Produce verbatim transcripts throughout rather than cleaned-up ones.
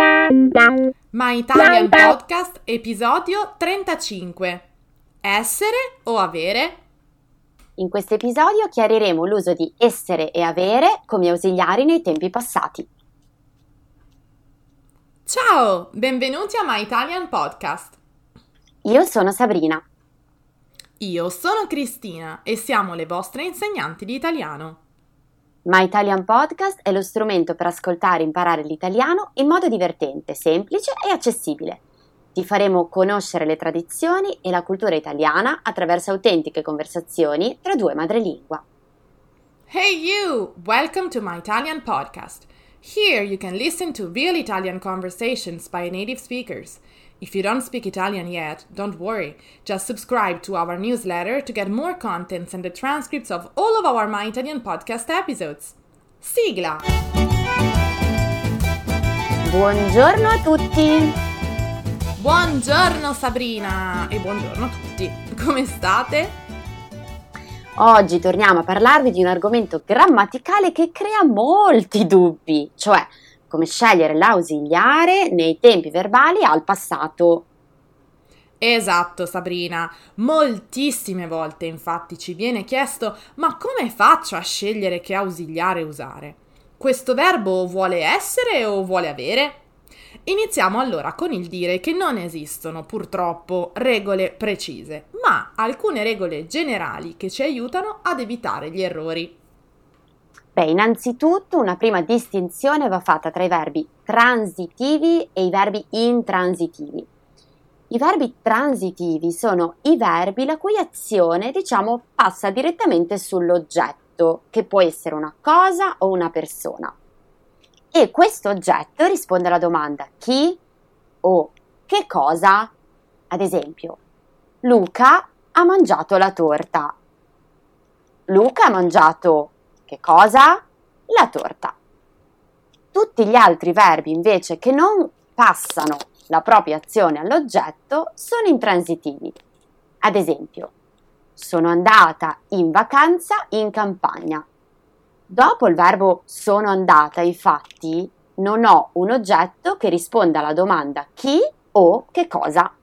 My Italian Podcast, episodio trentacinque. Essere o avere? In questo episodio chiariremo l'uso di essere e avere come ausiliari nei tempi passati. Ciao, benvenuti a My Italian Podcast. Io sono Sabrina. Io sono Cristina e siamo le vostre insegnanti di italiano. My Italian Podcast è lo strumento per ascoltare e imparare l'italiano in modo divertente, semplice e accessibile. Ti faremo conoscere le tradizioni e la cultura italiana attraverso autentiche conversazioni tra due madrelingua. Hey you! Welcome to My Italian Podcast. Here you can listen to real Italian conversations by native speakers. If you don't speak Italian yet, don't worry. Just subscribe to our newsletter to get more contents and the transcripts of all of our My Italian podcast episodes. Sigla! Buongiorno a tutti! Buongiorno Sabrina! E buongiorno a tutti! Come state? Oggi torniamo a parlarvi di un argomento grammaticale che crea molti dubbi, cioè come scegliere l'ausiliare nei tempi verbali al passato. Esatto Sabrina, moltissime volte infatti ci viene chiesto ma come faccio a scegliere che ausiliare usare? Questo verbo vuole essere o vuole avere? Iniziamo allora con il dire che non esistono purtroppo regole precise, ma alcune regole generali che ci aiutano ad evitare gli errori. Beh, innanzitutto una prima distinzione va fatta tra i verbi transitivi e i verbi intransitivi. I verbi transitivi sono i verbi la cui azione, diciamo, passa direttamente sull'oggetto, che può essere una cosa o una persona. E questo oggetto risponde alla domanda chi o che cosa. Ad esempio, Luca ha mangiato la torta. Luca ha mangiato che cosa? La torta. Tutti gli altri verbi invece che non passano la propria azione all'oggetto sono intransitivi. Ad esempio, sono andata in vacanza in campagna. Dopo il verbo sono andata, infatti, non ho un oggetto che risponda alla domanda chi o che cosa.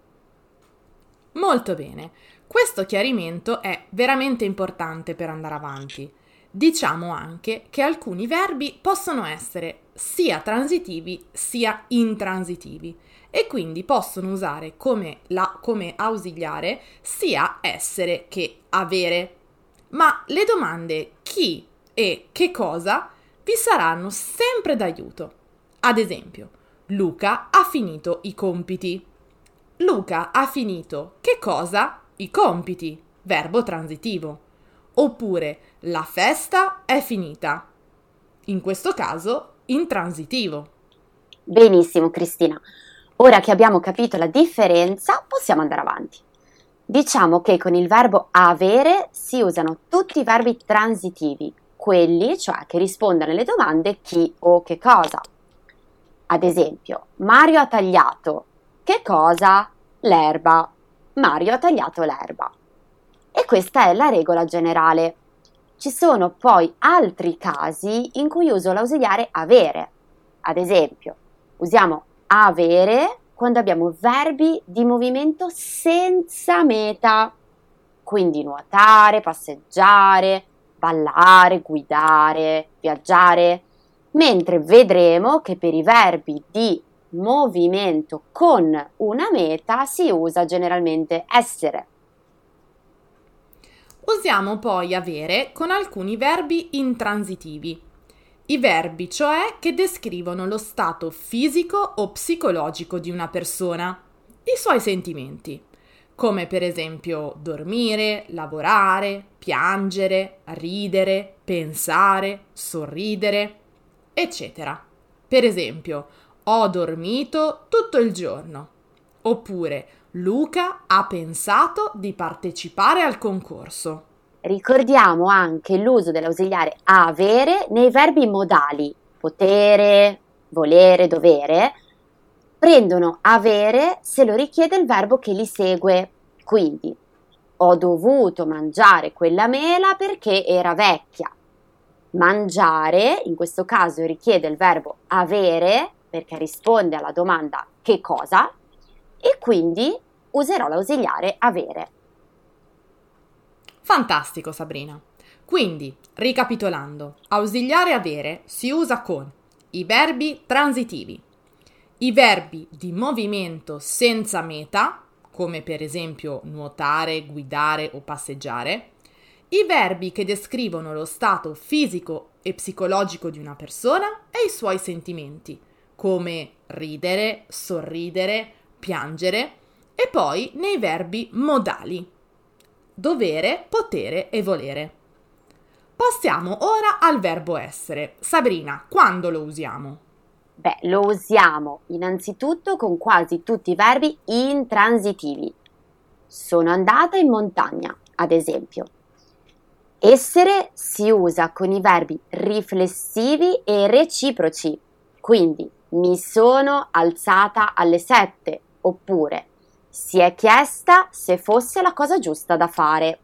Molto bene, questo chiarimento è veramente importante per andare avanti. Diciamo anche che alcuni verbi possono essere sia transitivi sia intransitivi e quindi possono usare come, la, come ausiliare sia essere che avere. Ma le domande chi e che cosa vi saranno sempre d'aiuto. Ad esempio, Luca ha finito i compiti. Luca ha finito che cosa? I compiti, verbo transitivo. Oppure la festa è finita. In questo caso, intransitivo. Benissimo, Cristina. Ora che abbiamo capito la differenza, possiamo andare avanti. Diciamo che con il verbo avere si usano tutti i verbi transitivi, quelli cioè che rispondono alle domande chi o che cosa. Ad esempio, Mario ha tagliato che cosa? L'erba. Mario ha tagliato l'erba. E questa è la regola generale. Ci sono poi altri casi in cui uso l'ausiliare avere. Ad esempio, usiamo avere quando abbiamo verbi di movimento senza meta. Quindi nuotare, passeggiare, ballare, guidare, viaggiare. Mentre vedremo che per i verbi di movimento con una meta si usa generalmente essere. Usiamo poi avere con alcuni verbi intransitivi. I verbi, cioè, che descrivono lo stato fisico o psicologico di una persona, i suoi sentimenti, come per esempio dormire, lavorare, piangere, ridere, pensare, sorridere, eccetera. Per esempio, ho dormito tutto il giorno. Oppure, Luca ha pensato di partecipare al concorso. Ricordiamo anche l'uso dell'ausiliare avere nei verbi modali, potere, volere, dovere, prendono avere se lo richiede il verbo che li segue. Quindi, ho dovuto mangiare quella mela perché era vecchia. Mangiare, in questo caso, richiede il verbo avere perché risponde alla domanda che cosa e quindi userò l'ausiliare avere. Fantastico, Sabrina. Quindi, ricapitolando, ausiliare avere si usa con i verbi transitivi, i verbi di movimento senza meta, come per esempio nuotare, guidare o passeggiare, i verbi che descrivono lo stato fisico e psicologico di una persona e i suoi sentimenti, come ridere, sorridere, piangere, e poi nei verbi modali, dovere, potere e volere. Passiamo ora al verbo essere. Sabrina, quando lo usiamo? Beh, lo usiamo innanzitutto con quasi tutti i verbi intransitivi. Sono andata in montagna, ad esempio. Essere si usa con i verbi riflessivi e reciproci, quindi mi sono alzata alle sette, oppure si è chiesta se fosse la cosa giusta da fare.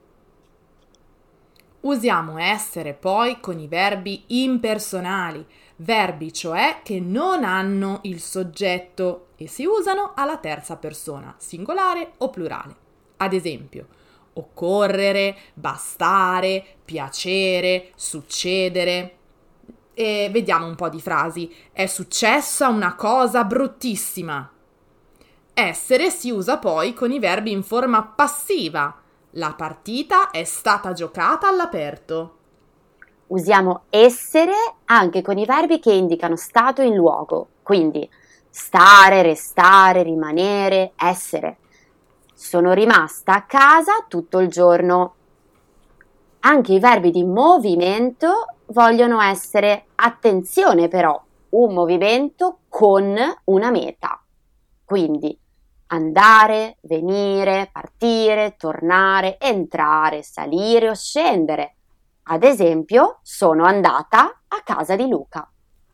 Usiamo essere poi con i verbi impersonali, verbi cioè che non hanno il soggetto e si usano alla terza persona, singolare o plurale. Ad esempio, occorrere, bastare, piacere, succedere. E vediamo un po' di frasi. È successa una cosa bruttissima. Essere si usa poi con i verbi in forma passiva. La partita è stata giocata all'aperto. Usiamo essere anche con i verbi che indicano stato in luogo, quindi stare, restare, rimanere, essere. Sono rimasta a casa tutto il giorno. Anche i verbi di movimento vogliono essere, attenzione però, un movimento con una meta. Quindi andare, venire, partire, tornare, entrare, salire o scendere. Ad esempio, sono andata a casa di Luca.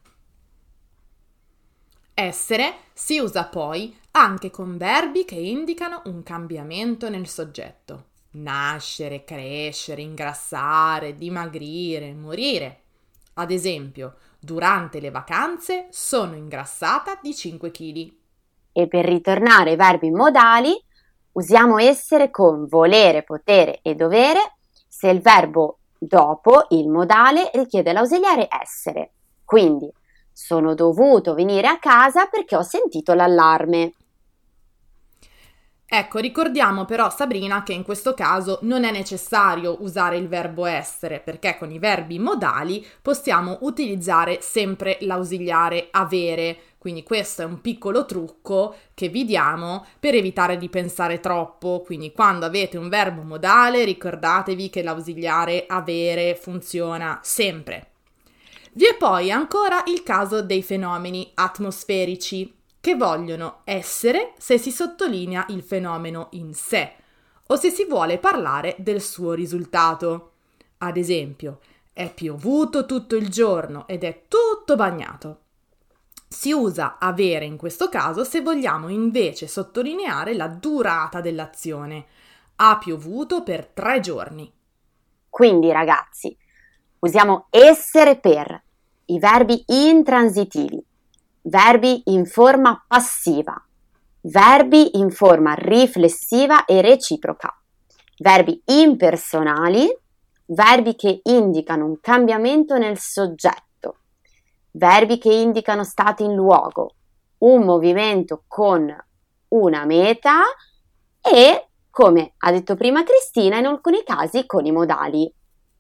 Essere si usa poi anche con verbi che indicano un cambiamento nel soggetto. Nascere, crescere, ingrassare, dimagrire, morire. Ad esempio, durante le vacanze sono ingrassata di cinque chili. E per ritornare ai verbi modali, usiamo essere con volere, potere e dovere se il verbo dopo il modale richiede l'ausiliare essere. Quindi, sono dovuto venire a casa perché ho sentito l'allarme. Ecco, ricordiamo però, Sabrina, che in questo caso non è necessario usare il verbo essere, perché con i verbi modali possiamo utilizzare sempre l'ausiliare avere. Quindi questo è un piccolo trucco che vi diamo per evitare di pensare troppo. Quindi quando avete un verbo modale ricordatevi che l'ausiliare avere funziona sempre. Vi è poi ancora il caso dei fenomeni atmosferici, che vogliono essere se si sottolinea il fenomeno in sé o se si vuole parlare del suo risultato. Ad esempio, è piovuto tutto il giorno ed è tutto bagnato. Si usa avere in questo caso se vogliamo invece sottolineare la durata dell'azione. Ha piovuto per tre giorni. Quindi, ragazzi, usiamo essere per i verbi intransitivi, verbi in forma passiva, verbi in forma riflessiva e reciproca, verbi impersonali, verbi che indicano un cambiamento nel soggetto, verbi che indicano stati in luogo, un movimento con una meta e, come ha detto prima Cristina, in alcuni casi con i modali.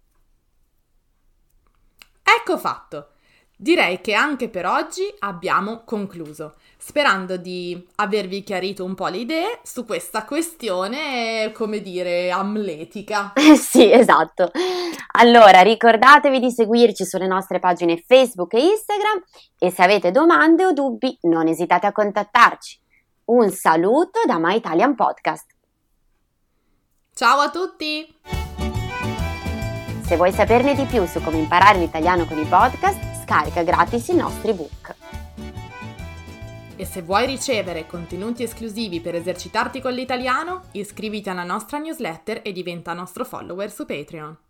Ecco fatto! Direi che anche per oggi abbiamo concluso, sperando di avervi chiarito un po' le idee su questa questione, come dire, amletica. Sì, esatto. Allora, ricordatevi di seguirci sulle nostre pagine Facebook e Instagram e se avete domande o dubbi non esitate a contattarci. Un saluto da My Italian Podcast. Ciao a tutti! Se vuoi saperne di più su come imparare l'italiano con i podcast, scarica gratis i nostri ebook. E se vuoi ricevere contenuti esclusivi per esercitarti con l'italiano, iscriviti alla nostra newsletter e diventa nostro follower su Patreon.